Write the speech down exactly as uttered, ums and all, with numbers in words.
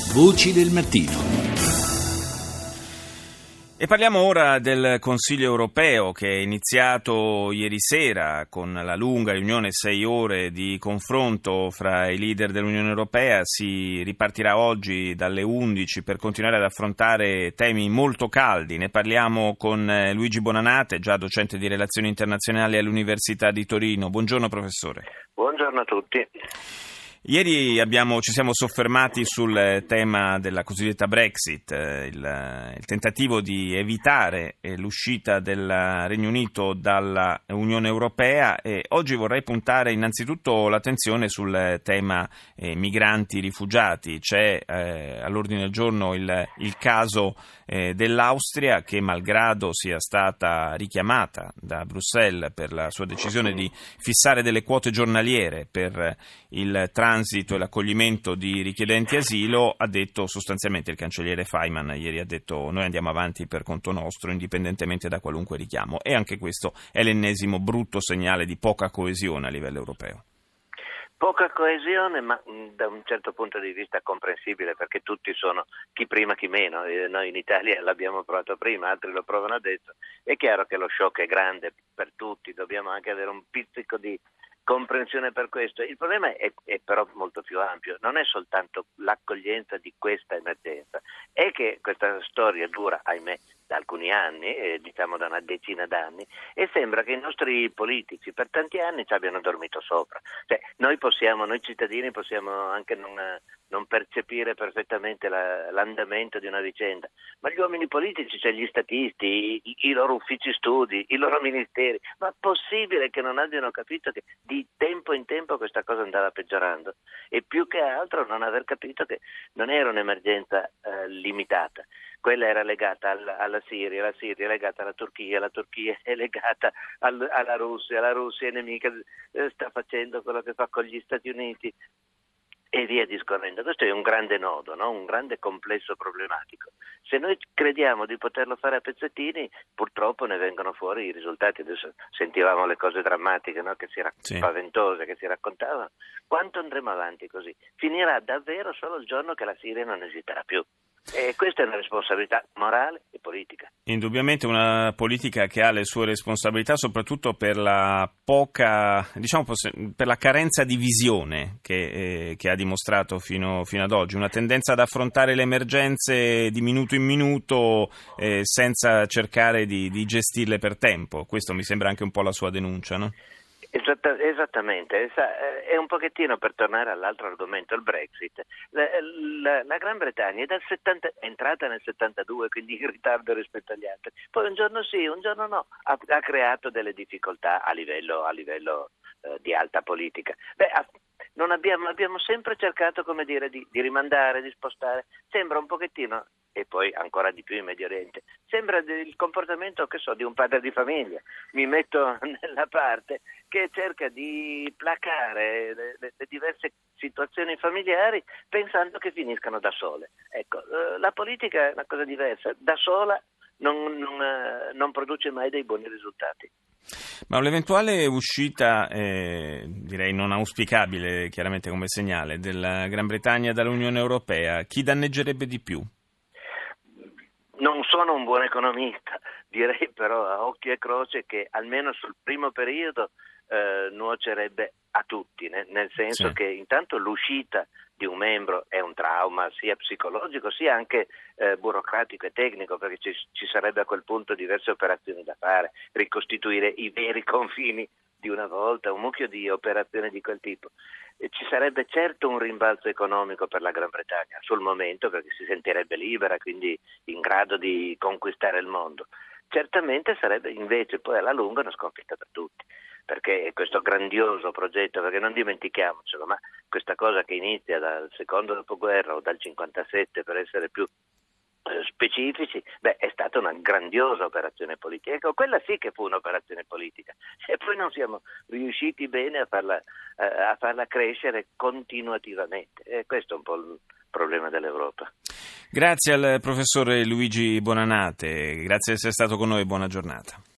Voci del mattino. E parliamo ora del Consiglio europeo che è iniziato ieri sera con la lunga riunione, sei ore di confronto fra i leader dell'Unione Europea. Si ripartirà oggi dalle undici per continuare ad affrontare temi molto caldi. Ne parliamo con Luigi Bonanate, già docente di relazioni internazionali all'Università di Torino. Buongiorno professore. Buongiorno a tutti. Ieri abbiamo, ci siamo soffermati sul tema della cosiddetta Brexit, il, il tentativo di evitare l'uscita del Regno Unito dalla Unione Europea, e oggi vorrei puntare innanzitutto l'attenzione sul tema eh, migranti-rifugiati. C'è eh, all'ordine del giorno il, il caso eh, dell'Austria, che malgrado sia stata richiamata da Bruxelles per la sua decisione di fissare delle quote giornaliere per il transito e l'accoglimento di richiedenti asilo, ha detto sostanzialmente, il cancelliere Faymann ieri ha detto: noi andiamo avanti per conto nostro indipendentemente da qualunque richiamo, e anche questo è l'ennesimo brutto segnale di poca coesione a livello europeo. Poca coesione, ma mh, da un certo punto di vista comprensibile, perché tutti sono chi prima chi meno. Eh, noi in Italia l'abbiamo provato prima, altri lo provano adesso. È chiaro che lo shock è grande per tutti, dobbiamo anche avere un pizzico di comprensione per questo. Il problema è, è però molto più ampio, non è soltanto l'accoglienza di questa emergenza, è che questa storia dura, ahimè, da alcuni anni, eh, diciamo da una decina d'anni, e sembra che i nostri politici per tanti anni ci abbiano dormito sopra. Cioè, noi possiamo, noi cittadini possiamo anche non, non percepire perfettamente la, l'andamento di una vicenda, ma gli uomini politici, cioè gli statisti, i, i loro uffici studi, i loro ministeri, ma è possibile che non abbiano capito che di tempo in tempo questa cosa andava peggiorando? E più che altro non aver capito che non era un'emergenza eh, limitata. Quella era legata al, alla Siria, la Siria è legata alla Turchia, la Turchia è legata al, alla Russia, la Russia è nemica, eh, sta facendo quello che fa con gli Stati Uniti e via discorrendo. Questo è un grande nodo, no? Un grande complesso problematico. Se noi crediamo di poterlo fare a pezzettini, purtroppo ne vengono fuori i risultati. Adesso sentivamo le cose drammatiche, no? Che si rac- sì. spaventose che si raccontavano. Quanto andremo avanti così? Finirà davvero solo il giorno che la Siria non esisterà più. E questa è una responsabilità morale e politica. Indubbiamente una politica che ha le sue responsabilità, soprattutto per la poca, diciamo, per la carenza di visione che, eh, che ha dimostrato fino, fino ad oggi, una tendenza ad affrontare le emergenze di minuto in minuto eh, senza cercare di, di gestirle per tempo. Questo mi sembra anche un po' la sua denuncia, no? Esatta, esattamente, è un pochettino per tornare all'altro argomento, il Brexit. La, la, la Gran Bretagna è, dal settanta, è entrata nel settantadue, quindi in ritardo rispetto agli altri, poi un giorno sì, un giorno no, ha, ha creato delle difficoltà a livello, a livello eh, di alta politica. Beh, ha, non abbiamo, abbiamo sempre cercato, come dire, di, di rimandare, di spostare, sembra un pochettino, e poi ancora di più in Medio Oriente, sembra il comportamento, che so, di un padre di famiglia, mi metto nella parte, che cerca di placare le, le, le diverse situazioni familiari pensando che finiscano da sole. Ecco, eh, la politica è una cosa diversa, da sola non, non, eh, non produce mai dei buoni risultati. Ma un'eventuale uscita, eh, direi non auspicabile chiaramente come segnale, della Gran Bretagna dall'Unione Europea, chi danneggerebbe di più? Non sono un buon economista, direi però a occhio e croce che almeno sul primo periodo eh, nuocerebbe a tutti, nel, nel senso sì. che intanto l'uscita di un membro è un trauma sia psicologico sia anche eh, burocratico e tecnico, perché ci, ci sarebbe a quel punto diverse operazioni da fare, ricostituire i veri confini di una volta, un mucchio di operazioni di quel tipo. E ci sarebbe certo un rimbalzo economico per la Gran Bretagna sul momento, perché si sentirebbe libera, quindi in grado di conquistare il mondo. Certamente sarebbe invece poi alla lunga una sconfitta per tutti, perché questo grandioso progetto, perché non dimentichiamocelo, ma questa cosa che inizia dal secondo dopoguerra o dal cinquantasette, per essere più specifici, beh, è stata una grandiosa operazione politica. Ecco, quella sì che fu un'operazione politica, e poi non siamo riusciti bene a farla, eh, a farla crescere continuativamente, e questo è un po' il problema dell'Europa. Grazie al professore Luigi Bonanate, grazie di essere stato con noi, buona giornata.